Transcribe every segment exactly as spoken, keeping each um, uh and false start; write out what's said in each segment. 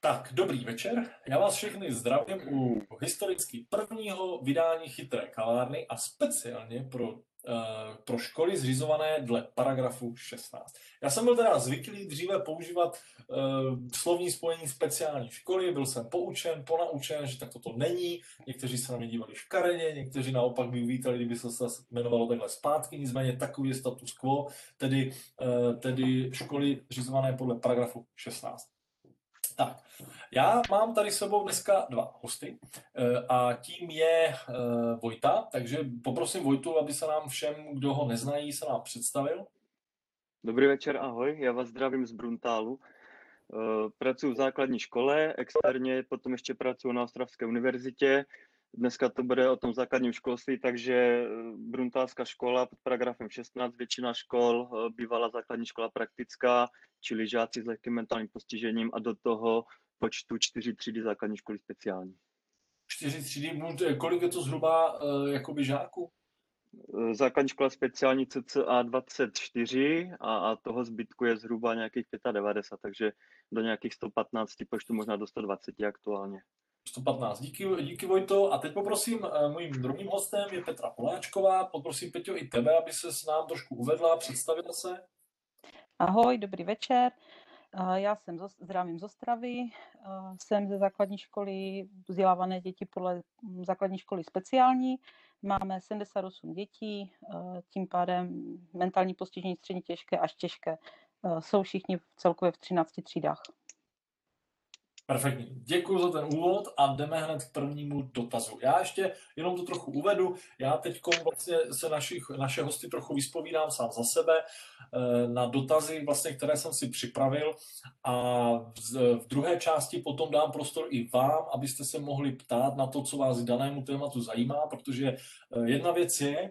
Tak, dobrý večer. Já vás všechny zdravím u historicky prvního vydání Chytré kavárny a speciálně pro, uh, pro školy zřizované dle paragrafu šestnáct. Já jsem byl teda zvyklý dříve používat uh, slovní spojení speciální školy, byl jsem poučen, ponaučen, že tak toto není. Někteří se na mě dívali škaredě, někteří naopak by uvítali, kdyby se to jmenovalo takhle zpátky, nicméně takový je status quo, tedy, uh, tedy školy zřizované podle paragrafu šestnáct. Tak, já mám tady s sebou dneska dva hosty a tím je Vojta, takže poprosím Vojtu, aby se nám všem, kdo ho neznají, se nám představil. Dobrý večer, ahoj, já vás zdravím z Bruntálu. Pracuji v základní škole, externě potom ještě pracuji na Ostravské univerzitě. Dneska to bude o tom základním školství, takže Bruntálská škola pod paragrafem šestnáct, většina škol, bývala základní škola praktická, čili žáci s lehkým mentálním postižením a do toho počtu čtyři třídy základní školy speciální. Čtyři třídy, kolik je to zhruba uh, jakoby žáků? Základní škola speciální cca dvacet čtyři a, a toho zbytku je zhruba nějakých devadesát pět, takže do nějakých sto patnáct počtu, možná do sto dvacet aktuálně. sto patnáct. Díky, díky Vojto. A teď poprosím, uh, mojím druhým hostem je Petra Poláčková. Poprosím, Peťo, i tebe, aby se s nám trošku uvedla, představila se. Ahoj, dobrý večer. Já jsem zdravím z Ostravy, jsem ze základní školy, vzdělávané děti podle základní školy speciální. Máme sedmdesát osm dětí, tím pádem mentální postižení středně těžké až těžké. Jsou všichni celkově v třinácti třídách. Perfektní. Děkuji za ten úvod a jdeme hned k prvnímu dotazu. Já ještě jenom to trochu uvedu. Já teď vlastně se našich, naše hosty trochu vyspovídám sám za sebe na dotazy, vlastně, které jsem si připravil a v, v druhé části potom dám prostor i vám, abyste se mohli ptát na to, co vás k danému tématu zajímá, protože jedna věc je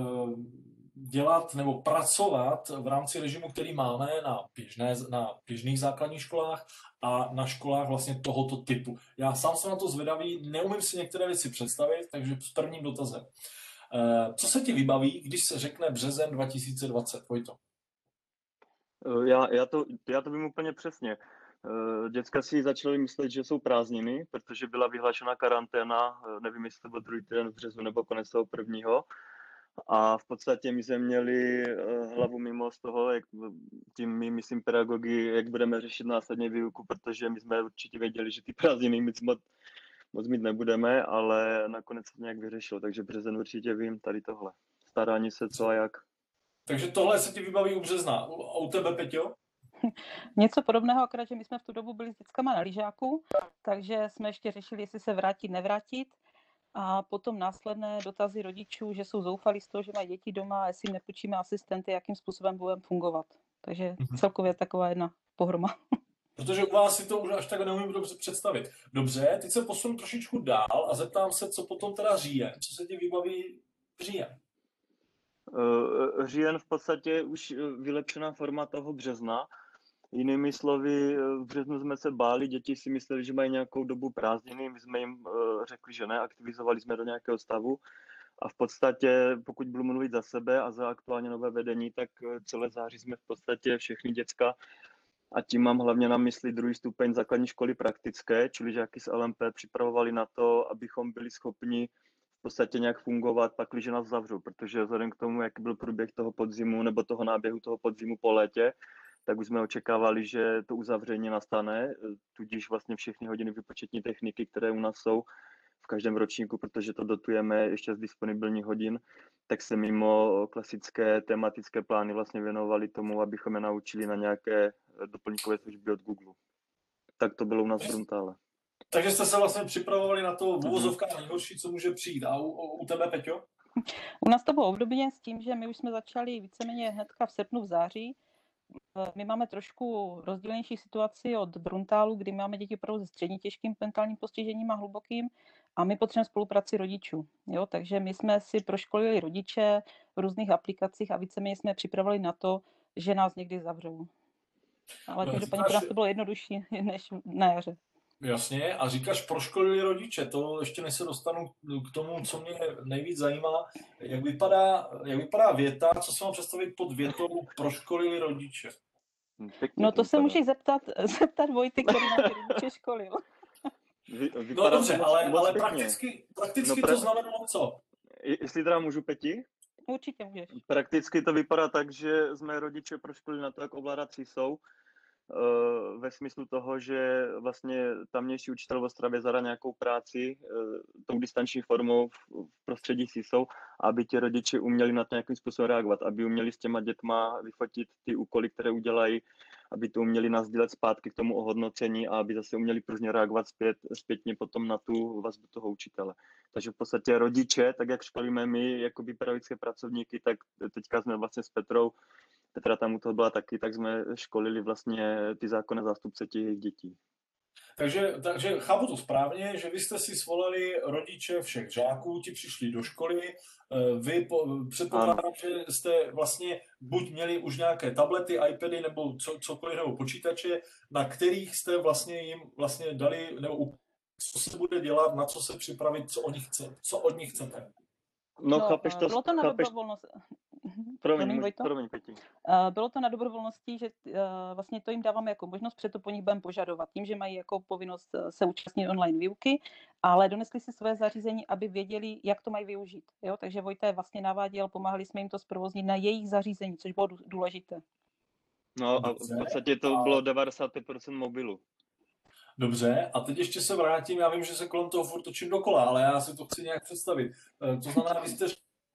dělat nebo pracovat v rámci režimu, který máme na, běžné, na běžných základních školách a na školách vlastně tohoto typu. Já sám jsem na to zvědavý, neumím si některé věci představit, takže s prvním dotazem. Co se ti vybaví, když se řekne březen dva tisíce dvacet, Vojto? Já, já, to, já to vím úplně přesně. Děcka si začaly myslet, že jsou prázdniny, protože byla vyhlášena karanténa, nevím, jestli to byl druhý týden v březnu nebo konec toho prvního. A v podstatě my jsme měli hlavu mimo z toho, jak tím my, myslím, pedagogy, jak budeme řešit následně výuku, protože my jsme určitě věděli, že ty prázdniny moc, moc mít nebudeme, ale nakonec se to nějak vyřešilo, takže březen určitě vím tady tohle. Starání se co a jak. Takže tohle se ti vybaví u března. A u tebe, Peťo? Něco podobného, akorát, že my jsme v tu dobu byli s dětskama na lyžáku, takže jsme ještě řešili, jestli se vrátit, nevrátit. A potom následné dotazy rodičů, že jsou zoufalí z toho, že mají děti doma a jestli jim nepůjčíme asistenty, jakým způsobem budeme fungovat. Takže celkově taková jedna pohroma. Protože u vás si to už až tak neumím dobře představit. Dobře, teď se posunu trošičku dál a zeptám se, co potom teda říjen. Co se ti vybaví říjen? Uh, říjen v podstatě už vylepšená forma toho března. Jinými slovy, v březnu jsme se báli, děti si mysleli, že mají nějakou dobu prázdniny, my jsme jim řekli, že ne, aktivizovali jsme do nějakého stavu a v podstatě, pokud budu mluvit za sebe a za aktuálně nové vedení, tak celé září jsme v podstatě všechny děcka, a tím mám hlavně na mysli druhý stupeň základní školy praktické, čili žáky z L M P připravovali na to, abychom byli schopni v podstatě nějak fungovat, pak, když nás zavřou, protože vzhledem k tomu, jak byl průběh toho podzimu nebo toho náběhu toho podzimu po létě, tak už jsme očekávali, že to uzavření nastane, tudíž vlastně všechny hodiny výpočetní techniky, které u nás jsou v každém ročníku, protože to dotujeme ještě z disponibilních hodin, tak se mimo klasické tematické plány vlastně věnovali tomu, abychom je naučili na nějaké doplňkové služby od Google. Tak to bylo u nás v Bruntále. Takže jste se vlastně připravovali na to v uvozovkách nejhorší, co může přijít. A u, u tebe, Peťo? U nás to bylo obdobně s tím, že my už jsme začali víceméně hnedka v srpnu, v září. My máme trošku rozdílnější situaci od Bruntálu, kdy máme děti opravdu se středně těžkým mentálním postižením a hlubokým a my potřebujeme spolupráci rodičů. Jo? Takže my jsme si proškolili rodiče v různých aplikacích a víceméně jsme připravili na to, že nás někdy zavřou. Ale no, každopádně pro nás to bylo jednodušší než na jaře. Jasně, a říkáš proškolili rodiče, to ještě než se dostanu k tomu, co mě nejvíc zajímá, jak vypadá, jak vypadá věta, co si mám představit pod větou proškolili rodiče. Pěkně No to to se vypadá. můžeš zeptat, zeptat Vojty, který na ty rodiče školil. Vy, No vypadá dobře, to moc, ale, moc ale pěkně. prakticky, prakticky No, to pra- znamenalo co? Je- Jestli teda můžu, Peti? Určitě můžeš. Prakticky to vypadá tak, že jsme rodiče proškolili na to, jak ovládat C I S O, eh, ve smyslu toho, že vlastně tamnější učitel v Ostravě zadá nějakou práci eh, tou distanční formou v, v prostředí C I S O, aby ti rodiče uměli na to nějakým způsobem reagovat, aby uměli s těma dětma vyfotit ty úkoly, které udělají, aby to uměli nasdílet zpátky k tomu ohodnocení a aby zase uměli pružně reagovat zpět, zpětně potom na tu vazbu toho učitele. Takže v podstatě rodiče, tak jak školíme my jako pedagogické pracovníky, tak teďka jsme vlastně s Petrou, Petra tam u toho byla taky, tak jsme školili vlastně ty zákonné zástupce těch dětí. Takže, takže chápu to správně, že vy jste si svolali rodiče všech žáků, ti přišli do školy, vy po, předpokládám, že jste vlastně buď měli už nějaké tablety, iPady nebo co, cokoliv, nebo počítače, na kterých jste vlastně jim vlastně dali, nebo co se bude dělat, na co se připravit, co, oni chce, co od nich chcete. No, No, chápeš to? bylo to na chápeš... dobrovolnost. Promiň, Vojto? promiň, Peti. Bylo to na dobrovolnosti, že vlastně to jim dáváme jako možnost, protože to po nich budeme požadovat tím, že mají jako povinnost se účastnit online výuky, ale donesli si své zařízení, aby věděli, jak to mají využít. Jo? Takže Vojta je vlastně naváděl, pomáhali jsme jim to zprovoznit na jejich zařízení, což bylo důležité. No a v podstatě to bylo devadesát pět procent mobilu. Dobře, a teď ještě se vrátím, já vím, že se kolem toho furt točím dokola, ale já si to chci nějak představit. To znamená, vy jste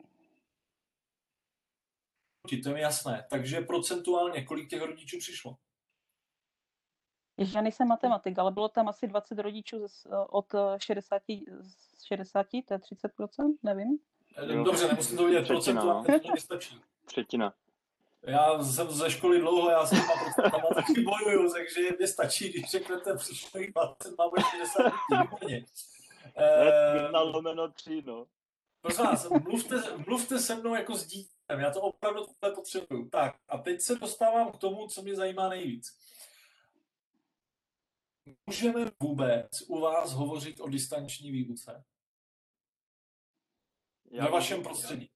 to je mi jasné. Takže procentuálně, kolik těch rodičů přišlo? Ještě já nejsem matematik, ale bylo tam asi dvacet rodičů z, od šedesáti, z šedesáti, to je třicet procent, nevím. Jo. Dobře, nemusím to vidět procentuálně, to mi stačí. Třetina. Já jsem ze školy dlouho, já jsem procentama taky bojuju, takže mě stačí, když řeknete přišlo jich dvacet, mám šedesát lidí. Na lomeno tři, no. Prosím vás, mluvte, mluvte se mnou jako s dítem, já to opravdu tohle potřebuju. Tak, a teď se dostávám k tomu, co mě zajímá nejvíc. Můžeme vůbec u vás hovořit o distanční výuce? Já ve vašem prostředí.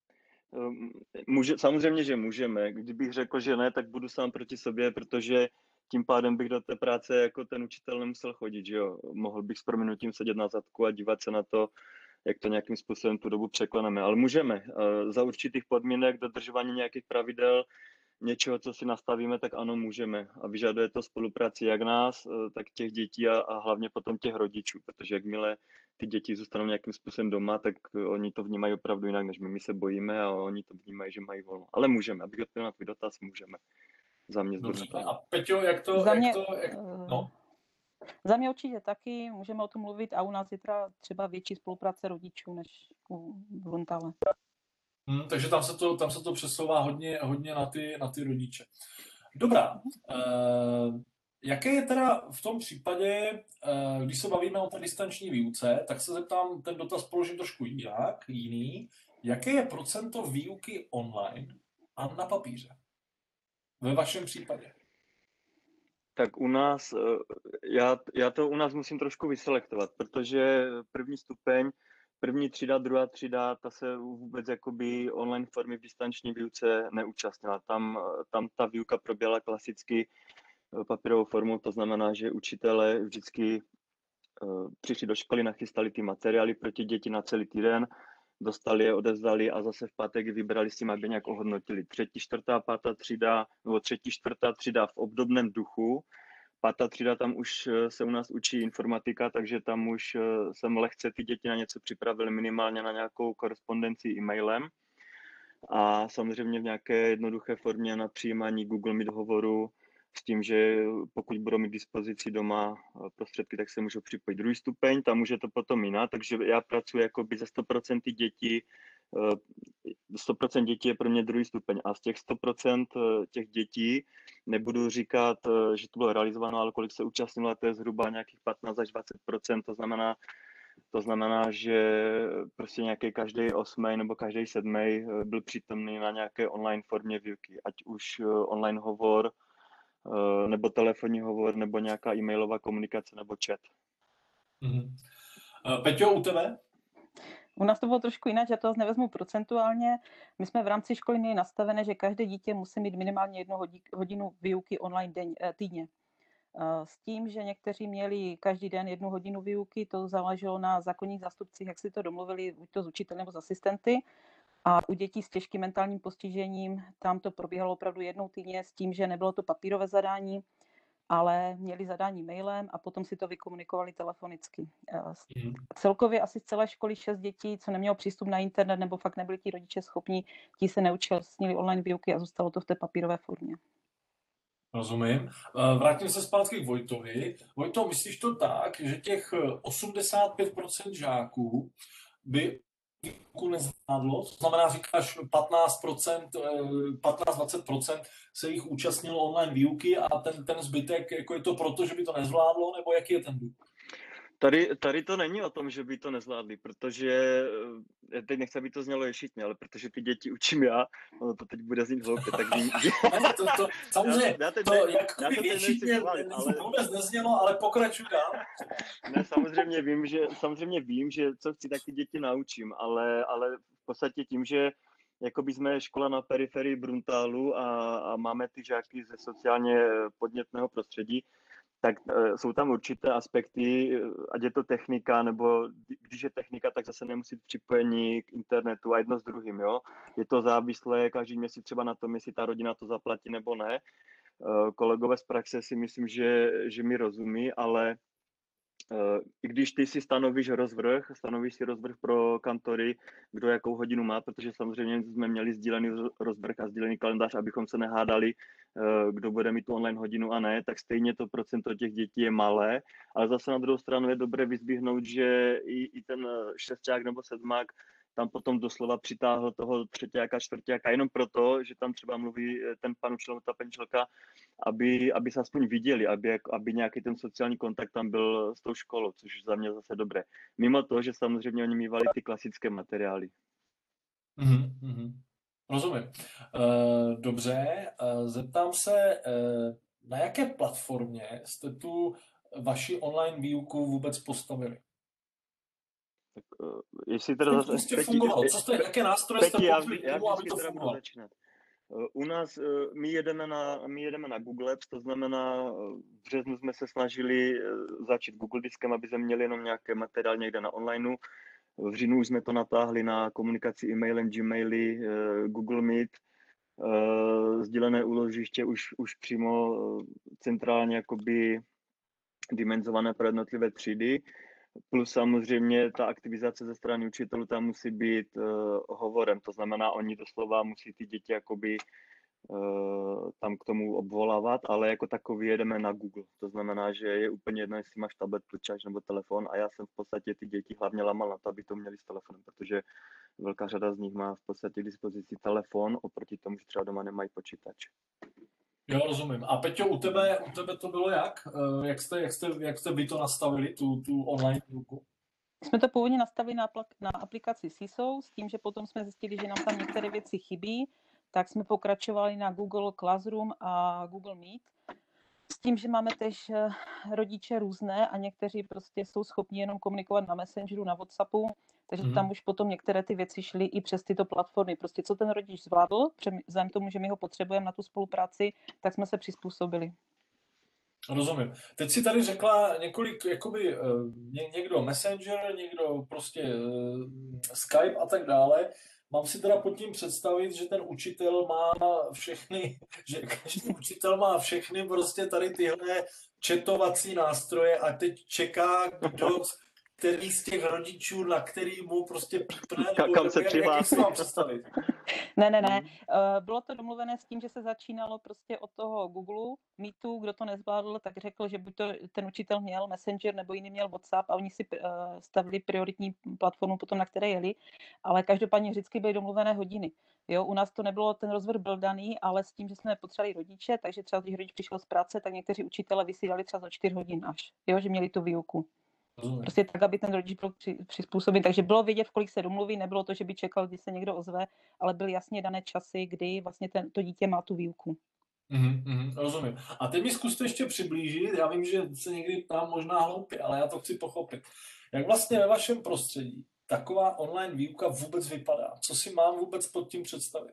Může, samozřejmě, že můžeme. Kdybych řekl, že ne, tak budu sám proti sobě, protože tím pádem bych do té práce jako ten učitel nemusel chodit, že jo. Mohl bych s prominutím sedět na zadku a dívat se na to, jak to nějakým způsobem tu dobu překleneme. Ale můžeme. Za určitých podmínek, dodržování nějakých pravidel, něčeho, co si nastavíme, tak ano, můžeme. A vyžaduje to spolupráci jak nás, tak těch dětí a, a hlavně potom těch rodičů, protože jakmile ty děti zůstanou nějakým způsobem doma, tak oni to vnímají opravdu jinak, než my. My se bojíme a oni to vnímají, že mají volno. Ale můžeme, abych odpověděl na tvůj dotaz, můžeme. Za mě Dobře. A Peťo, jak to... Za mě, jak to jak, no? Za mě určitě taky, můžeme o tom mluvit a u nás je teda třeba větší spolupráce rodičů než u Bruntale. Hmm, takže tam se to, tam se to přesouvá hodně, hodně na, ty, na ty rodiče. Dobrá. Uh, jaké je teda v tom případě, uh, když se bavíme o té distanční výuce, tak se zeptám, ten dotaz položím trošku jinak, jiný. Jaké je procento výuky online a na papíře? Ve vašem případě? Tak u nás, já, já to u nás musím trošku vyselektovat, protože první stupeň, první třída, druhá třída, ta se vůbec jakoby online formy v distanční výuce neúčastnila. Tam, tam ta výuka proběhla klasicky papírovou formou, to znamená, že učitelé vždycky uh, přišli do školy, nachystali ty materiály pro ty děti na celý týden, dostali je, odevzdali a zase v pátek vybrali s tím, aby nějak ohodnotili. Třetí, čtvrtá, pátá třída, nebo třetí, čtvrtá třída v obdobném duchu. Pátá třída, tam už se u nás učí informatika, takže tam už jsem lehce ty děti na něco připravil, minimálně na nějakou korespondenci e-mailem. A samozřejmě v nějaké jednoduché formě na přijímání Google Meet hovoru, s tím, že pokud budou mít dispozici doma prostředky, tak se můžou připojit druhý stupeň, tam už je to potom jiná, takže já pracuji jakoby ze sto procent dětí, sto procent dětí je pro mě druhý stupeň a z těch sto procent těch dětí nebudu říkat, že to bylo realizováno, ale kolik se účastnilo, to je zhruba nějakých patnáct až dvacet procent, to znamená, to znamená, že prostě nějaký každý osmý nebo každý sedmý byl přítomný na nějaké online formě výuky, ať už online hovor, nebo telefonní hovor, nebo nějaká e-mailová komunikace, nebo chat. Mm-hmm. Peťo, u tebe? U nás to bylo trošku jinak, já to zase nevezmu procentuálně. My jsme v rámci školy měli nastavené, že každé dítě musí mít minimálně jednu hodinu výuky online den, týdně. S tím, že někteří měli každý den jednu hodinu výuky, to záleželo na zákonních zástupcích, jak si to domluvili, buď to s učiteli nebo s asistenty. A u dětí s těžkým mentálním postižením tam to probíhalo opravdu jednou týdně s tím, že nebylo to papírové zadání, ale měli zadání mailem a potom si to vykomunikovali telefonicky. Mm. Celkově asi z celé školy šest dětí, co nemělo přístup na internet nebo fakt nebyli ti rodiče schopní, ti se neúčastnili online výuky a zůstalo to v té papírové formě. Rozumím. Vrátím se zpátky k Vojtovi. Vojto, myslíš to tak, že těch osmdesát pět procent žáků by výuku nezvládlo? To znamená, říkáš patnáct procent, patnáct až dvacet procent se jich účastnilo online výuky a ten, ten zbytek, jako je to proto, že by to nezvládlo, nebo jaký je ten důvod? Tady, tady to není o tom, že by to nezvládli, protože, teď nechci, aby to znělo ješitně, ale protože ty děti učím já, no to teď bude znít hloupě, tak vím, že... to, to, samozřejmě, já, já to ne, jakoby ješitně ale... vůbec neznělo, ale pokračuj dál. Ne, samozřejmě vím, že, samozřejmě vím, že co chci, tak ty děti naučím, ale, ale v podstatě tím, že jakoby jsme škola na periferii Bruntálu a, a máme ty žáky ze sociálně podnětného prostředí, tak uh, jsou tam určité aspekty, ať je to technika, nebo když je technika, tak zase nemusí připojení k internetu a jedno s druhým, jo. Je to závislé každý měsíc třeba na tom, jestli ta rodina to zaplatí nebo ne. Uh, kolegové z praxe si myslím, že, že mi rozumí, ale uh, i když ty si stanovíš rozvrh, stanovíš si rozvrh pro kantory, kdo jakou hodinu má, protože samozřejmě jsme měli sdílený rozvrh a sdílený kalendář, abychom se nehádali, kdo bude mít tu online hodinu a ne, tak stejně to procento těch dětí je malé, ale zase na druhou stranu je dobré vyzdvihnout, že i, i ten šesták nebo sedmák tam potom doslova přitáhl toho třetíáka, čtvrtíáka, jenom proto, že tam třeba mluví ten pan učitel, ta penčelka, aby, aby se aspoň viděli, aby, aby nějaký ten sociální kontakt tam byl s tou školou, což za mě zase dobré. Mimo to, že samozřejmě oni mývali ty klasické materiály. Mm-hmm. Rozumím. Dobře, zeptám se, na jaké platformě jste tu vaši online výuku vůbec postavili? Tak, jestli teda zase... Prostě fungovalo. Co jste, jaké nástroje jste použili k tomu, aby to fungovalo? U nás my jedeme, na, my jedeme na Google Apps, to znamená, v březnu jsme se snažili začít Google Diskem, aby jsme měli jenom nějaké materiály někde na onlineu. V říjnu už jsme to natáhli na komunikaci e-mailem, Gmaily, Google Meet, sdílené úložiště už, už přímo centrálně jakoby dimenzované pro jednotlivé třídy. Plus samozřejmě ta aktivizace ze strany učitelů tam musí být uh, hovorem, to znamená, oni doslova musí ty děti jakoby uh, tam k tomu obvolávat, ale jako takový jedeme na Google. To znamená, že je úplně jedno, jestli máš tablet, počítač nebo telefon a já jsem v podstatě ty děti hlavně lamal na to, aby to měli s telefonem, protože velká řada z nich má v podstatě k dispozici telefon, oproti tomu, že třeba doma nemají počítač. Jo, rozumím. A Peťo, u tebe, u tebe to bylo jak? Jak jste, jak jste, jak jste vy to nastavili, tu, tu online výuku? Jsme to původně nastavili na, na aplikaci S I S O, s tím, že potom jsme zjistili, že nám tam některé věci chybí, tak jsme pokračovali na Google Classroom a Google Meet. S tím, že máme tež rodiče různé a někteří prostě jsou schopni jenom komunikovat na Messengeru, na WhatsAppu, takže mm-hmm. tam už potom některé ty věci šly i přes tyto platformy. Prostě co ten rodič zvládl, vzhledem tomu, že my ho potřebujeme na tu spolupráci, tak jsme se přizpůsobili. Rozumím. Teď si tady řekla několik, jakoby ně, někdo Messenger, někdo prostě uh, Skype a tak dále. Mám si teda pod tím představit, že ten učitel má všechny, že každý učitel má všechny prostě tady tyhle chatovací nástroje a teď čeká, kdo, který z těch rodičů, na který mu prostě pípne, nebo kam se přihlásí. Jak představit? Ne, ne, ne. Bylo to domluvené s tím, že se začínalo prostě od toho Google Meetu, kdo to nezvládl, tak řekl, že buď to ten učitel měl Messenger, nebo jiný měl WhatsApp a oni si stavili prioritní platformu potom, na které jeli, ale každopádně vždycky byly domluvené hodiny. Jo, u nás to nebylo, ten rozvrh byl daný, ale s tím, že jsme potřebovali rodiče, takže třeba když rodič přišel z práce, tak někteří učitelé vysílali třeba za čtyři hodin až, jo, že měli tu výuku. Prostě tak, aby ten rodič byl přizpůsoben. Takže bylo vědět, v kolik se domluví, nebylo to, že by čekal, kdy se někdo ozve, ale byly jasně dané časy, kdy vlastně ten, to dítě má tu výuku. Mm, mm, rozumím. A teď mi zkuste ještě přiblížit, já vím, že se někdy ptám možná hloupě, ale já to chci pochopit. Jak vlastně ve vašem prostředí taková online výuka vůbec vypadá? Co si mám vůbec pod tím představit?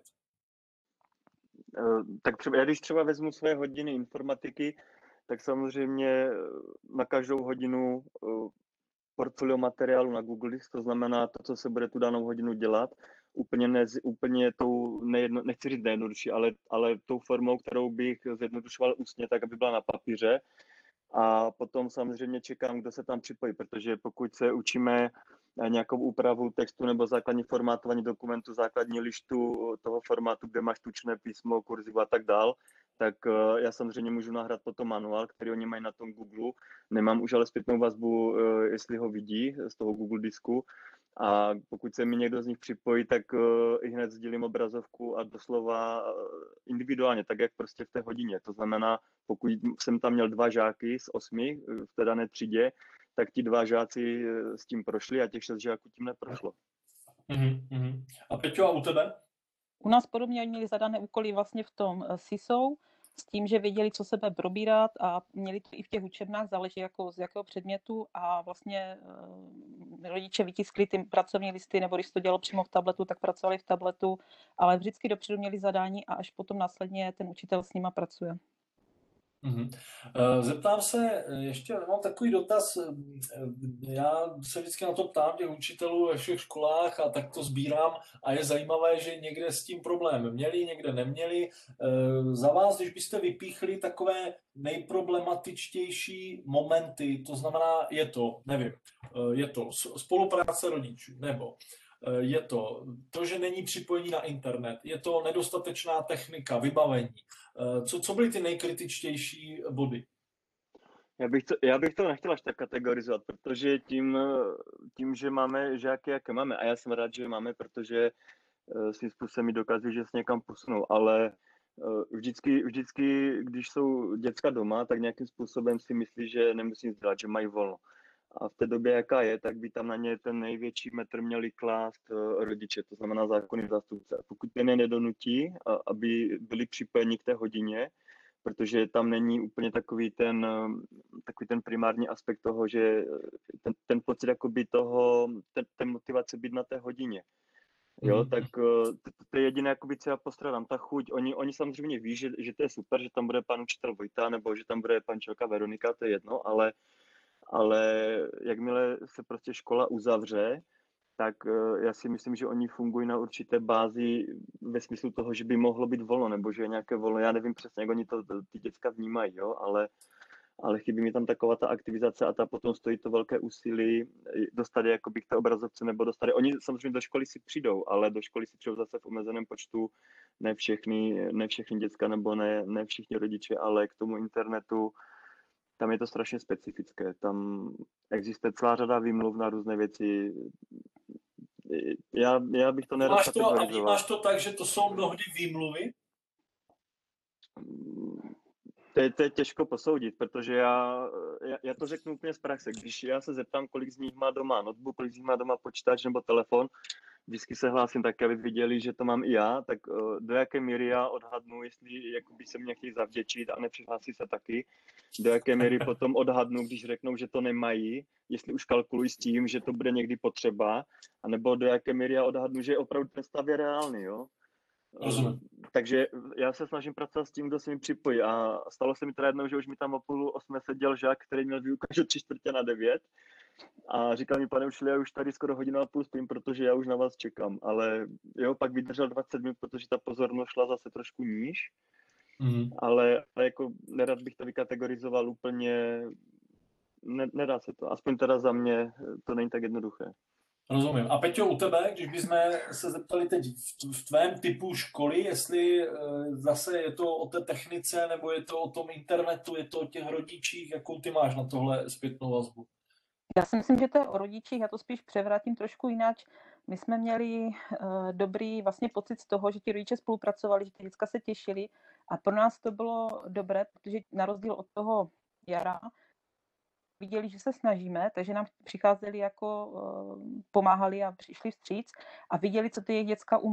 Tak třeba, já když třeba vezmu své hodiny informatiky, tak samozřejmě na každou hodinu portfolio materiálu na Google Disk, to znamená to, co se bude tu danou hodinu dělat, úplně, ne, úplně tou, nejedno, nechci říct nejjednodušší, ale, ale tou formou, kterou bych zjednodušoval ústně, tak aby byla na papíře. A potom samozřejmě čekám, kdo se tam připojí, protože pokud se učíme nějakou úpravu textu nebo základní formátování dokumentu, základní lištu toho formátu, kde máš tučné písmo, kurzivu a tak dál, tak já samozřejmě můžu nahrát potom manuál, který oni mají na tom Google. Nemám už ale zpětnou vazbu, jestli ho vidí z toho Google disku. A pokud se mi někdo z nich připojí, tak i hned sdílím obrazovku a doslova individuálně, tak jak prostě v té hodině. To znamená, pokud jsem tam měl dva žáky z osmi v té dané třídě, tak ti dva žáci s tím prošli a těch šest žáků tím neprošlo. Mm-hmm. A Peťo, a u tebe? U nás podobně oni měli zadané úkoly vlastně v tom S I S O, s tím, že věděli, co se bude probírat a měli to i v těch učebnách, záleží jako z jakého předmětu a vlastně e, rodiče vytiskli ty pracovní listy, nebo když to dělalo přímo v tabletu, tak pracovali v tabletu, ale vždycky dopředu měli zadání a až potom následně ten učitel s nima pracuje. Mm-hmm. Zeptám se, ještě mám takový dotaz, já se vždycky na to ptám těch učitelů ve všech školách a tak to sbírám a je zajímavé, že někde s tím problém měli, někde neměli. Za vás, když byste vypíchli takové nejproblematičtější momenty, to znamená, je to, nevím, je to spolupráce rodičů, nebo je to to, že není připojení na internet, je to nedostatečná technika, vybavení. Co, co byly ty nejkritičtější body? Já bych, to, já bych to nechtěl až tak kategorizovat, protože tím, tím, že máme žáky, jaké máme, a já jsem rád, že máme, protože svým způsobem mi dokazují, že se někam posunou, ale vždycky, vždycky, když jsou děcka doma, tak nějakým způsobem si myslí, že nemusí nic dělat, že mají volno. A v té době, jaká je, tak by tam na ně ten největší metr měli klást rodiče, to znamená zákonný zástupce. A pokud ten je nedonutí, aby byli připojeni k té hodině, protože tam není úplně takový ten, takový ten primární aspekt toho, že ten, ten pocit jakoby toho, ten, ten motivace být na té hodině. Jo, tak to, to je jediné, jakoby, co já postradám, ta chuť. Oni, oni samozřejmě ví, že, že to je super, že tam bude pan učitel Vojta, nebo že tam bude pan Čelka Veronika, to je jedno, ale ale jakmile se prostě škola uzavře, tak já si myslím, že oni fungují na určité bázi ve smyslu toho, že by mohlo být volno, nebo že je nějaké volno. Já nevím přesně, jak oni to ty děcka vnímají, jo, ale, ale chybí mi tam taková ta aktivizace a ta potom stojí to velké úsilí dostat jakoby k té obrazovce nebo dostat. Oni samozřejmě do školy si přijdou, ale do školy si přijdou zase v omezeném počtu, ne všechny, ne všechny děcka nebo ne, ne všichni rodiče, ale k tomu internetu tam je to strašně specifické. Tam existuje celá řada výmluv na různé věci. Já, já bych to nerad kategorizoval. A vnímáš to tak, že to jsou mnohdy výmluvy? To je, to je těžko posoudit, protože já, já, já to řeknu úplně z praxe. Když já se zeptám, kolik z nich má doma notebook, kolik z nich má doma počítač nebo telefon, vždycky se hlásím tak, aby viděli, že to mám i já, tak do jaké míry já odhadnu, jestli jakoby se mě chtějí zavděčit a nepřihlásí se taky, do jaké míry potom odhadnu, když řeknou, že to nemají, jestli už kalkulují s tím, že to bude někdy potřeba, anebo do jaké míry já odhadnu, že opravdu ten stav je reálný, jo. Rozumím. Takže já se snažím pracovat s tím, kdo se mi připojí a stalo se mi teda jednou, že už mi tam o půl osmé seděl žák, který měl výuku až o tři čtvrtě na devět a říkal mi, pane učili, já už tady skoro hodinu a půl spím, protože já už na vás čekám, ale jo, pak vydržel dvacet minut, protože ta pozornost šla zase trošku níž, mm. ale, ale jako nerad bych to vykategorizoval úplně, ne, nedá se to, aspoň teda za mě to není tak jednoduché. Rozumím. A Peťo, u tebe, když bychom se zeptali teď v tvém typu školy, jestli zase je to o té technice, nebo je to o tom internetu, je to o těch rodičích, jakou ty máš na tohle zpětnou vazbu? Já si myslím, že to je o rodičích, já to spíš převrátím trošku jinak. My jsme měli uh, dobrý vlastně pocit z toho, že ti rodiče spolupracovali, že ty děcka se těšili a pro nás to bylo dobré, protože na rozdíl od toho jara viděli, že se snažíme, takže nám přicházeli jako uh, pomáhali a přišli vstříc a viděli, co ty jejich děcka umí.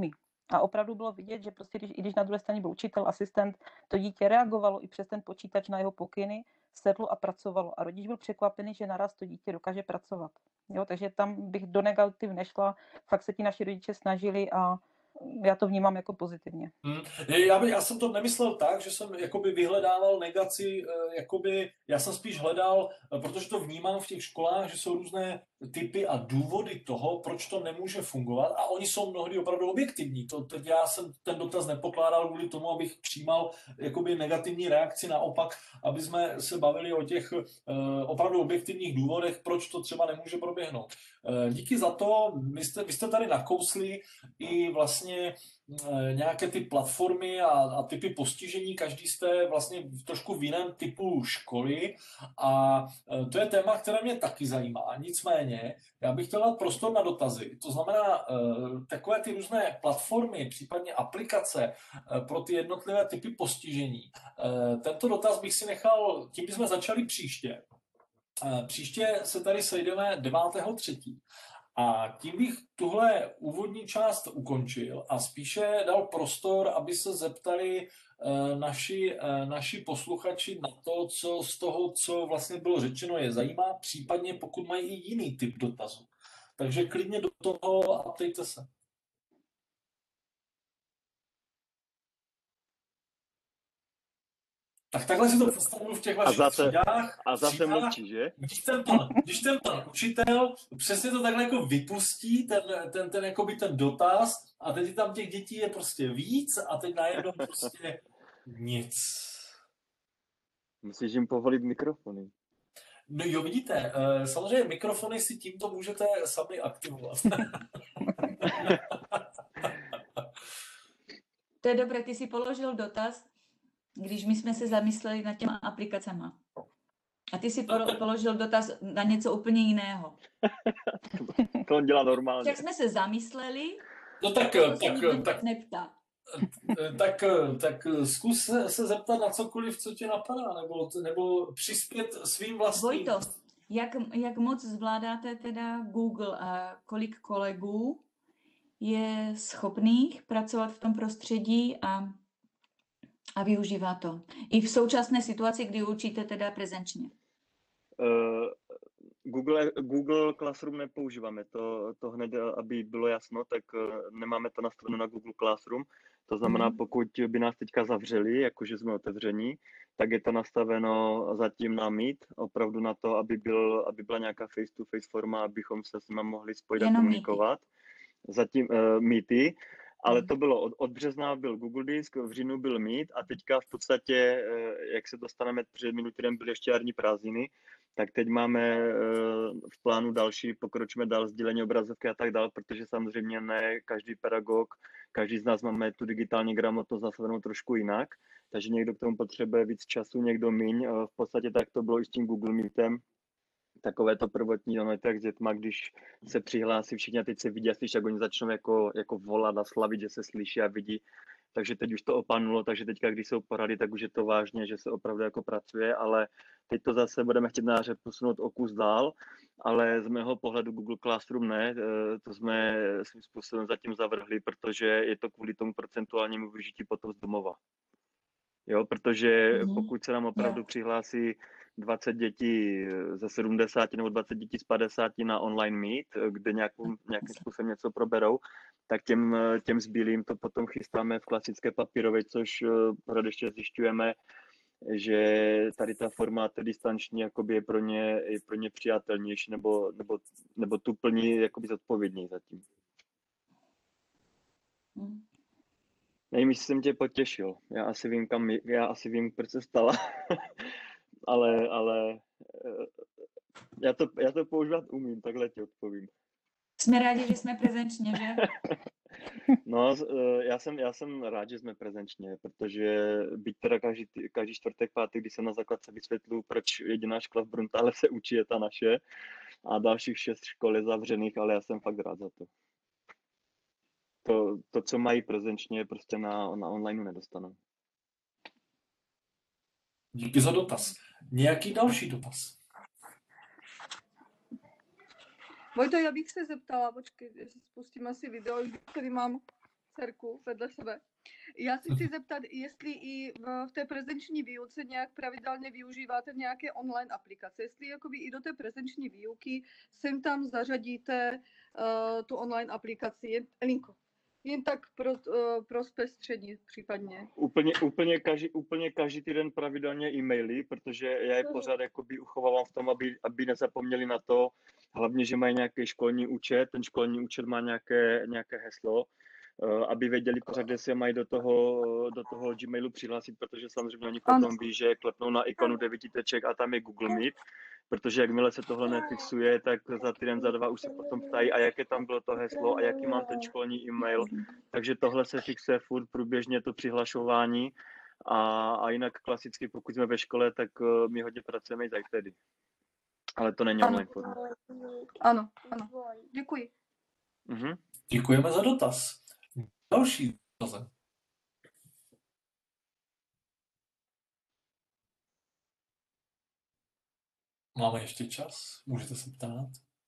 A opravdu bylo vidět, že prostě když, i když na druhé straně byl učitel, asistent, to dítě reagovalo i přes ten počítač na jeho pokyny, sedlo a pracovalo. A rodič byl překvapený, že naraz to dítě dokáže pracovat. Jo, takže tam bych do negativ nešla, fakt se ti naši rodiče snažili a já to vnímám jako pozitivně. Hmm. Já, by, já jsem to nemyslel tak, že jsem jakoby vyhledával negaci, jakoby, já jsem spíš hledal, protože to vnímám v těch školách, že jsou různé typy a důvody toho, proč to nemůže fungovat a oni jsou mnohdy opravdu objektivní. To, teď já jsem ten dotaz nepokládal kvůli tomu, abych přijímal jakoby negativní reakci, naopak, aby jsme se bavili o těch uh, opravdu objektivních důvodech, proč to třeba nemůže proběhnout. Uh, díky za to, vy jste, vy jste tady nakousli i vlastně nějaké ty platformy a, a typy postižení, každý jste vlastně trošku v jiném typu školy a to je téma, které mě taky zajímá. Nicméně, já bych chtěl dát prostor na dotazy. To znamená, takové ty různé platformy, případně aplikace pro ty jednotlivé typy postižení. Tento dotaz bych si nechal, tím bychom začali příště. Příště se tady sejdeme devátého třetího A tím bych tuhle úvodní část ukončil a spíše dal prostor, aby se zeptali uh, naši, uh, naši posluchači na to, co z toho, co vlastně bylo řečeno, je zajímá, případně pokud mají i jiný typ dotazu. Takže klidně do toho a ptejte se. Tak takhle si to představuju v těch vašich a zase, třídách. A zase třídách, mlčí, že? Když ten, pan, když ten pan učitel přesně to takhle jako vypustí, ten, ten, ten, jakoby ten dotaz, a teď tam těch dětí je prostě víc a teď najednou prostě nic. Musíš jim povolit mikrofony. No jo, vidíte, samozřejmě mikrofony si tímto můžete sami aktivovat. To je dobré, ty si položil dotaz, když my jsme se zamysleli nad těma aplikacema. A ty si položil dotaz na něco úplně jiného. To on dělá normálně. Jak jsme se zamysleli, no tak, to tak, se tak, neptá. Tak, tak zkus se, se zeptat na cokoliv, co tě napadá, nebo, nebo přispět svým vlastním. Vojto, jak, jak moc zvládáte teda Google a kolik kolegů je schopných pracovat v tom prostředí a, a využívá to? I v současné situaci, kdy učíte teda prezenčně. Uh, Google, Google Classroom nepoužíváme, to, to hned, aby bylo jasno, tak nemáme to nastaveno na Google Classroom. To znamená, pokud by nás teďka zavřeli, jakože jsme otevření, tak je to nastaveno zatím na Meet, opravdu na to, aby, byl, aby byla nějaká face-to-face forma, abychom se s nimi mohli spojit a komunikovat. Zatím uh, Meety, ale to bylo od, od března byl Google Disk, v říjnu byl Meet a teďka v podstatě, uh, jak se dostaneme, před minulý týden byly ještě jarní prázdniny, tak teď máme uh, v plánu další, pokročíme dál sdílení obrazovky a tak dál, protože samozřejmě ne každý pedagog, každý z nás máme tu digitální gramotnost nastavenou trošku jinak, takže někdo k tomu potřebuje víc času, někdo míň. Uh, v podstatě tak to bylo i s tím Google Meetem. Takové to prvotní, no tak s dětma, když se přihlásí všichni a teď se vidí a slyší, jak oni začnou jako, jako volat a slavit, že se slyší a vidí. Takže teď už to opanulo, takže teďka, když jsou porady, tak už je to vážně, že se opravdu jako pracuje, ale teď to zase budeme chtít náře posunout o kus dál, ale z mého pohledu Google Classroom ne, to jsme svým způsobem zatím zavrhli, protože je to kvůli tomu procentuálnímu využití potom z domova. Jo, protože pokud se nám opravdu přihlásí dvacet dětí ze sedmdesáti nebo dvacet dětí z padesáti na online meet, kde nějakou, nějakým způsobem něco proberou, tak těm, těm zbylým to potom chystáme v klasické papírové, což pořád ještě zjišťujeme, že tady ta forma distanční jakoby je pro ně, je pro ně přijatelnější nebo, nebo, nebo tu plní jakoby zodpovědněji zatím. Hmm. Nevím, jestli jsem tě potěšil. Já asi vím, kam, já asi vím, proč se stala. ale, ale já to, já to používat umím, takhle ti odpovím. Jsme rádi, že jsme prezenčně, že? No, já jsem, já jsem rád, že jsme prezenčně, protože byť teda každý, každý čtvrtek, pátek, když jsem na základce vysvětluji, proč jediná škola v Bruntále se učí, je ta naše a dalších šest škol je zavřených, ale já jsem fakt rád za to. To, to co mají prezenčně, prostě na, na online nedostanou. Díky za dotaz. Nějaký další dotaz? Vojto, já bych se zeptala, počkej, já si spustím asi video, který mám dcerku vedle sebe. Já si chci zeptat, jestli i v, v té prezenční výuce nějak pravidelně využíváte nějaké online aplikace, jestli jakoby i do té prezenční výuky sem tam zařadíte uh, tu online aplikaci. Jen, Linko, jen tak pro, uh, pro zpestření případně. Úplně, úplně, každý, úplně každý týden pravidelně e-maily, protože já je pořád jakoby uchovávám v tom, aby, aby nezapomněli na to, hlavně, že mají nějaký školní účet, ten školní účet má nějaké, nějaké heslo, aby věděli pořád, kde se mají do toho, do toho Gmailu přihlásit, protože samozřejmě oni potom ví, že klepnou na ikonu devíti teček a tam je Google Meet, protože jakmile se tohle nefixuje, tak za týden, za dva už se potom ptají, a jaké tam bylo to heslo a jaký mám ten školní e-mail, takže tohle se fixuje furt průběžně, to přihlašování, a, a jinak klasicky, pokud jsme ve škole, tak my hodně pracujeme i za iPady. Ale to není online forma. Ano, ano. Děkuji. Mhm. Děkujeme za dotaz. Další dotaz. Máme ještě čas, můžete se ptát.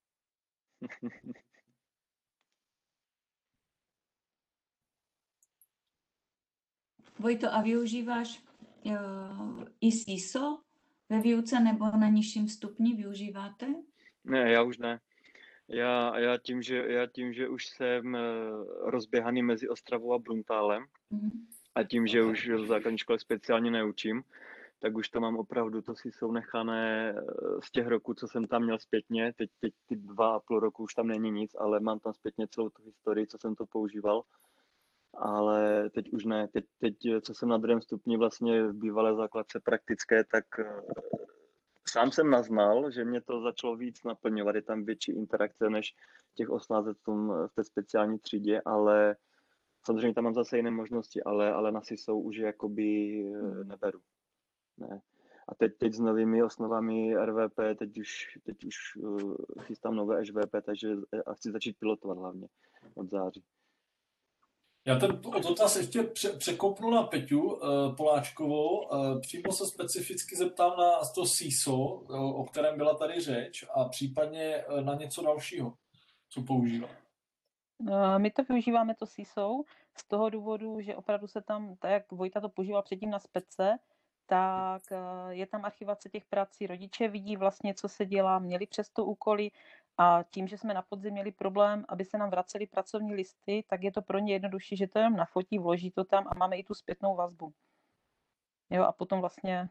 Vojto, a využíváš uh, i S I S O ve výuce nebo na nižším stupni využíváte? Ne, já už ne. Já, já, tím, že, já tím, že už jsem rozběhaný mezi Ostravou a Bruntálem mm. a tím, že už v základní škole speciálně neučím, tak už to mám opravdu, to si jsou nechané z těch roků, co jsem tam měl zpětně. Teď, teď ty dva a půl roku už tam není nic, ale mám tam zpětně celou tu historii, co jsem to používal. Ale teď už ne. Teď, teď co jsem na druhém stupni vlastně v bývalé základce praktické, tak sám jsem naznal, že mě to začalo víc naplňovat. Je tam větší interakce než těch osmnáct v, tom, v té speciální třídě, ale samozřejmě tam mám zase jiné možnosti, ale, ale na S I S O už jakoby neberu. Ne. A teď, teď s novými osnovami R V P, teď už, teď už uh, chystám nové Ž V P, takže a chci začít pilotovat hlavně od září. Já ten dotaz ještě překopnu na Peťu uh, Poláčkovou. Uh, přímo se specificky zeptám na to S I S O, uh, o kterém byla tady řeč, a případně uh, na něco dalšího, co používá. Uh, my to využíváme, to S I S O, z toho důvodu, že opravdu se tam, tak jak Vojta to používal předtím na spece, tak je tam archivace těch prací, rodiče vidí vlastně, co se dělá, měli přesto úkoly, a tím, že jsme na podzim měli problém, aby se nám vracely pracovní listy, tak je to pro ně jednodušší, že to jenom nafotí, vloží to tam a máme i tu zpětnou vazbu. Jo, a potom vlastně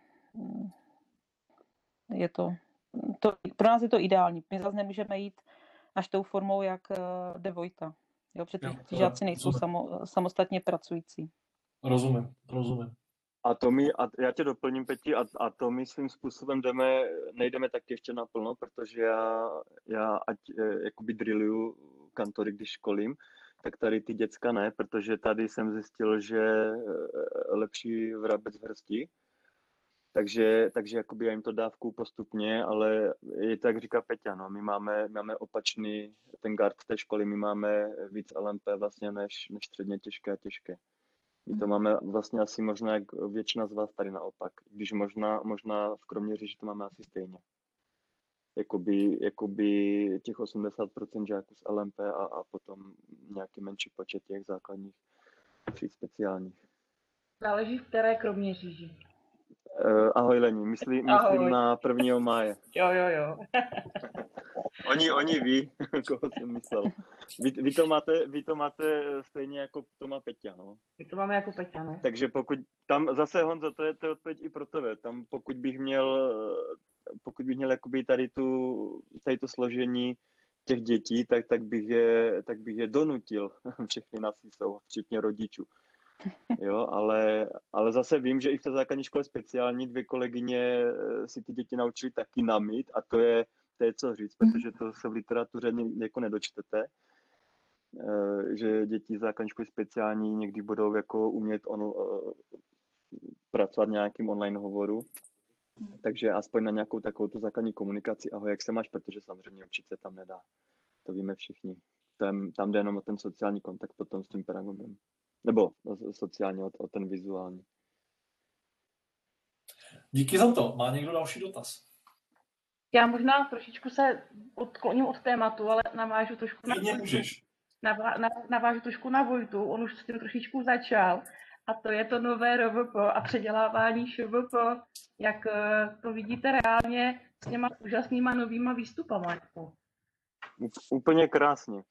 je to, to, pro nás je to ideální. My zase nemůžeme jít až tou formou, jak jde Vojta. Jo, protože ty žáci nejsou samo, samostatně pracující. Rozumím, rozumím. A to my, a já tě doplním, Peti, a, a to my svým způsobem jdeme, nejdeme tak ještě naplno, protože já, já ať e, jakoby drilluju kantory, když školím, tak tady ty děcka ne, protože tady jsem zjistil, že e, lepší vrabec v hrsti, takže, takže jakoby já jim to dávku postupně, ale je tak říká Peťa, no, my máme, máme opačný ten guard v té školy, my máme víc L M P vlastně než, než středně těžké a těžké. My to máme vlastně asi možná, jak většina z vás tady naopak, když možná, možná v Kroměříži to máme asi stejně. Jakoby, jakoby těch osmdesát procent žáků z L M P a, a potom nějaký menší počet těch základních tříd speciálních. Záleží v které Kroměříži. Uh, ahoj Lení, myslí, ahoj. myslím na prvního máje. Jo, jo, jo. Oni, oni ví, koho jsem myslel. Vy, vy, to máte, vy to máte stejně jako to má Peťa, no. My to máme jako Peťa, no. Takže pokud, tam zase Honzo, to je, to je odpověď i pro tebe, tam pokud bych měl, pokud bych měl jakoby tady, tu, tady to složení těch dětí, tak, tak, bych je, tak bych je donutil všechny na S I S O, včetně rodičů. Jo, ale, ale zase vím, že i v té základní škole speciální dvě kolegyně si ty děti naučili taky namít, a to je, to je co říct, protože to se v literatuře jako nedočtete, že děti základní školy speciální někdy budou jako umět on, pracovat v nějakým online hovoru, takže aspoň na nějakou takovou tu základní komunikaci, ahoj, jak se máš, protože samozřejmě učit se tam nedá, to víme všichni. Tam, tam jde jenom o ten sociální kontakt potom s tím pedagogem. Nebo sociálně o ten vizuální. Díky za to. Má někdo další dotaz? Já možná trošičku se odkloním od tématu, ale navážu trošku na... Klidně můžeš. navá- nav- navážu trošku na Vojtu, on už s tím trošičku začal, a to je to nové R V P a předělávání Š V P, jak eh, to vidíte reálně s těma úžasnýma novýma výstupama. Jako. Úp- Úplně krásně.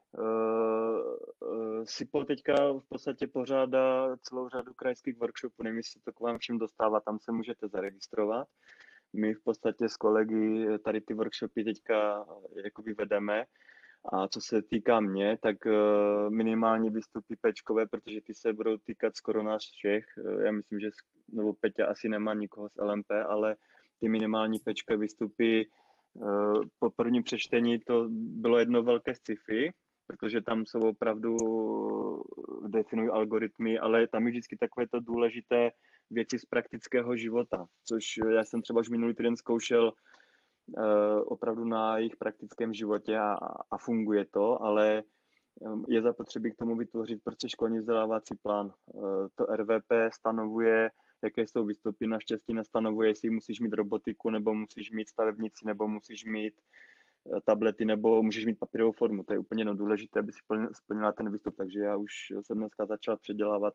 Uh, uh, SIPO teďka v podstatě pořádá celou řadu krajských workshopů, nevím, jestli to k vám všem dostává, tam se můžete zaregistrovat. My v podstatě s kolegy tady ty workshopy teďka jakoby vedeme. A co se týká mě, tak uh, minimálně výstupy péčkové, protože ty se budou týkat skoro nás všech. Uh, já myslím, že nebo Peťa asi nemá nikoho z L M P, ale ty minimální péčkové výstupy uh, po prvním přečtení to bylo jedno velké sci-fi, protože tam jsou opravdu definují algoritmy, ale tam je vždycky takové to důležité věci z praktického života, což já jsem třeba už minulý týden zkoušel uh, opravdu na jejich praktickém životě a, a funguje to, ale um, je zapotřebí k tomu vytvořit prostě školní vzdělávací plán. Uh, to R V P stanovuje, jaké jsou výstupy, naštěstí nestanovuje, jestli musíš mít robotiku, nebo musíš mít stavebnici, nebo musíš mít tablety, nebo můžeš mít papírovou formu. To je úplně no důležité, aby si splnila ten výstup. Takže já už jsem dneska začal předělávat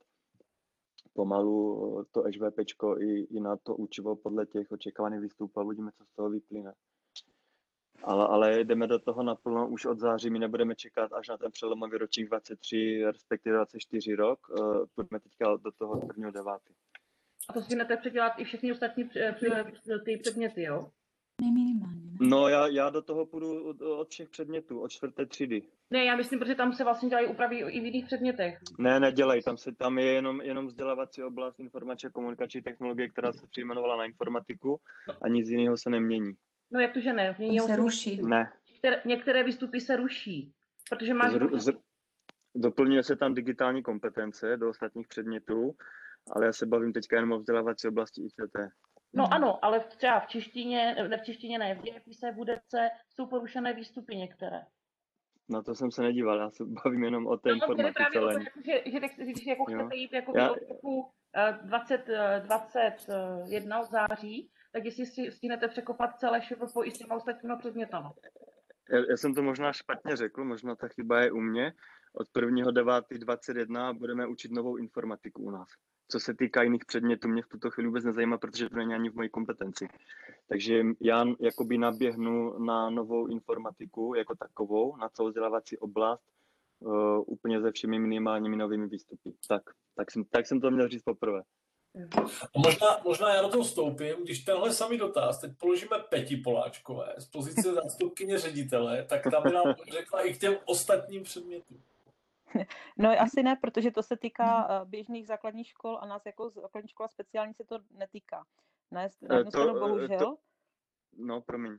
pomalu to ŽVPčko i, i na to učivo podle těch očekávaných výstupů a uvidíme, co z toho vyplyne. Ale, ale jdeme do toho naplno už od září, my nebudeme čekat až na ten přelomový ročník dvacet tři, respektive dvacet čtyři rok. Půjdeme teďka do toho prvního devátý. A to stínete předělat i všechny ostatní ty předměty, jo? Minimálně. No já, já do toho půjdu od všech předmětů, od čtvrté třídy. Ne, já myslím, protože tam se vlastně dělají úpravy i v jiných předmětech. Ne, nedělej, tam, se, tam je jenom, jenom vzdělávací oblast informační a komunikační technologie, která se přejmenovala na informatiku a nic jiného se nemění. No jak to, že ne? Mění Se ruší. Ne. Některé, některé výstupy se ruší, protože máš... Z, z, doplňuje se tam digitální kompetence do ostatních předmětů, ale já se bavím teďka jenom o vzdělávací oblasti I C T. No ano, ale třeba v češtině, ne v češtině ne, v dějepise, v hudebce jsou porušené výstupy některé. Na to jsem se nedíval, já se bavím jenom o té no, informatice. No, jako, že, že, že když jako chcete jít jako já... od roku dvacet dvacet jedna od září, tak jestli si stínete překopat celé ŠVP i s těma ostatníma předmětama. Já, já jsem to možná špatně řekl, možná ta chyba je u mě. Od prvního devátého dvacet jedna budeme učit novou informatiku u nás. Co se týká jiných předmětů, mě v tuto chvíli vůbec nezajímá, protože to není ani v mojí kompetenci. Takže já jakoby naběhnu na novou informatiku jako takovou, na celou vzdělávací oblast, uh, úplně se všemi minimálními novými výstupy. Tak, tak, jsem, tak jsem to měl říct poprvé. A možná, možná já do toho vstoupím, když tenhle samý dotaz teď položíme Peti Poláčkové z pozice zástupkyně ředitele, tak tam by nám řekla i k těm ostatním předmětům. No asi ne, protože to se týká běžných základních škol a nás jako základní škola speciální se to netýká. Na jednu stranu bohužel. To, no, promiň.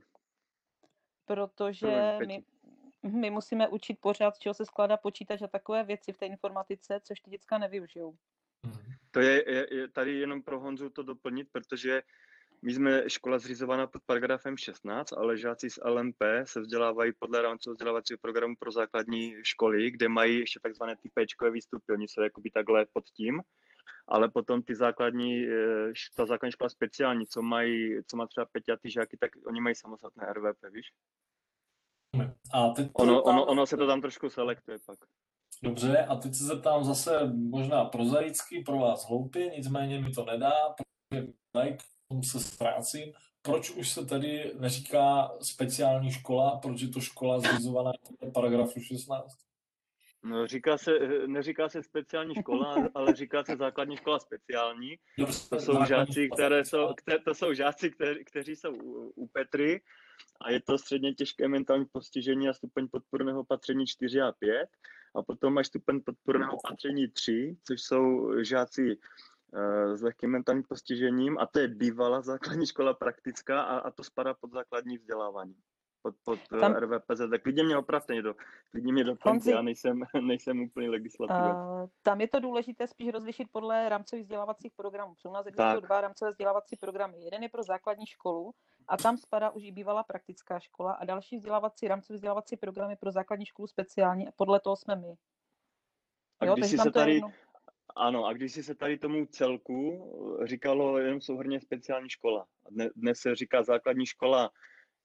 Protože promiň, my, my musíme učit pořád, z čeho se skládá počítač a takové věci v té informatice, což ty děcka nevyužijou. To je, je, je tady jenom pro Honzu to doplnit, protože my jsme škola zřizovaná pod paragrafem šestnáct, ale žáci z L M P se vzdělávají podle rámcového vzdělávacího programu pro základní školy, kde mají ještě takzvané ty péčkové výstupy, oni jsou jakoby takhle pod tím, ale potom ty základní, ta základní škola speciální, co mají, co má třeba pětiletý žáky, tak oni mají samostatné R V P, víš? A teď ono, tam... ono, ono se to tam trošku selektuje pak. Dobře, a teď se zeptám zase možná prozaicky, pro vás hloupě, nicméně mi to nedá, protože like, se ztrácím. Proč už se tady neříká speciální škola, proč je to škola zřizovaná podle paragrafu šestnáct? No, říká se, neříká se speciální škola, ale říká se základní škola speciální. To jsou žáci, které jsou, kte, to jsou žáci, kteří, kteří jsou u, u Petry a je to středně těžké mentální postižení a stupeň podpůrného opatření čtyři a pět. A potom máš stupeň podpůrného opatření tři, což jsou žáci s lehkým mentálním postižením a to je bývalá základní škola praktická a, a to spadá pod základní vzdělávání. Pod, pod tam, R V P Z. Tak klidně mě opravte někdo, klidně mě doplňte, já nejsem, nejsem úplný legislativec. Uh, tam je to důležité spíš rozlišit podle rámcových vzdělávacích programů. U nás existují dva rámcové vzdělávací programy. Jeden je pro základní školu a tam spadá už i bývalá praktická škola a další vzdělávací rámcové vzdělávací programy pro základní školu speciální a podle toho jsme my. A jo, když si se tady... Jedno... Ano, a když si se tady tomu celku říkalo jenom souhrnně speciální škola. Dnes se říká základní škola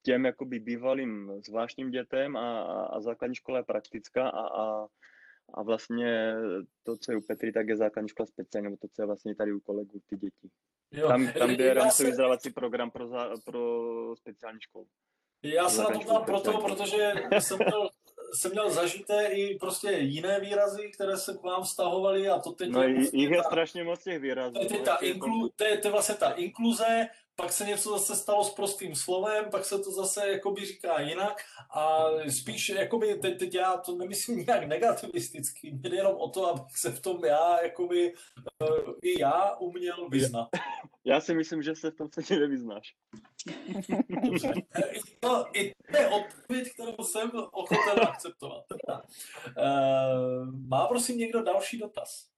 těm jakoby bývalým zvláštním dětem a, a, a základní škola je praktická a, a, a vlastně to, co je u Petry, tak je základní škola speciální, nebo to, co je vlastně tady u kolegů, ty děti. Jo. Tam, tam Já je rámcový se- vzdělávací program pro, za, pro speciální školu. Já se na to Základní ptám školu proto, speciální. protože jsem měl, jsem měl zažité i prostě jiné výrazy, které se k vám vztahovaly a to teď No, je j- vlastně jich je ta- strašně moc těch výrazů. To je, no, ta ještě je inklu, to, je, to je vlastně ta inkluze, pak se něco zase stalo s prostým slovem, pak se to zase jakoby říká jinak a spíš jakoby, teď, teď já to nemyslím nějak negativisticky, jde jenom o to, abych se v tom já jakoby uh, i já uměl vyznat. Já si myslím, že se v tom se nevyznáš. Dobře. I to, i to je odpověď, kterou jsem ochoten akceptovat. Uh, má prosím někdo další dotaz?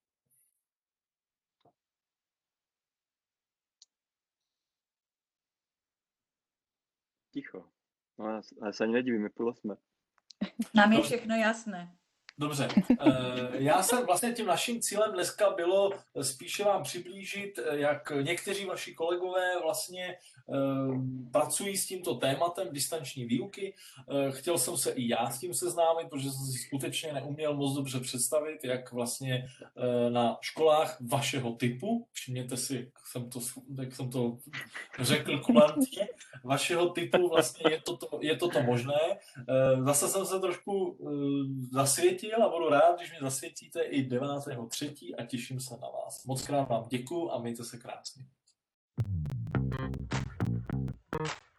Ticho. No, já, s- já se ani nedivím, je půl osmé. Nám je Dobře. všechno jasné. Dobře. Eh, Já jsem vlastně tím naším cílem dneska bylo spíše vám přiblížit, eh, jak někteří vaši kolegové vlastně eh, pracují s tímto tématem distanční výuky. Eh, Chtěl jsem se i já s tím seznámit, protože jsem si skutečně neuměl moc dobře představit, jak vlastně eh, na školách vašeho typu, všimněte si, jak jsem to, jak jsem to řekl kulantně, vašeho typu vlastně je toto, je toto možné. Eh, Zase jsem se trošku eh, zasvětil a budu rád, když mě zasvětíte i devátého třetího a těším se na vás. Moc krát vám děkuju a mějte se krásně.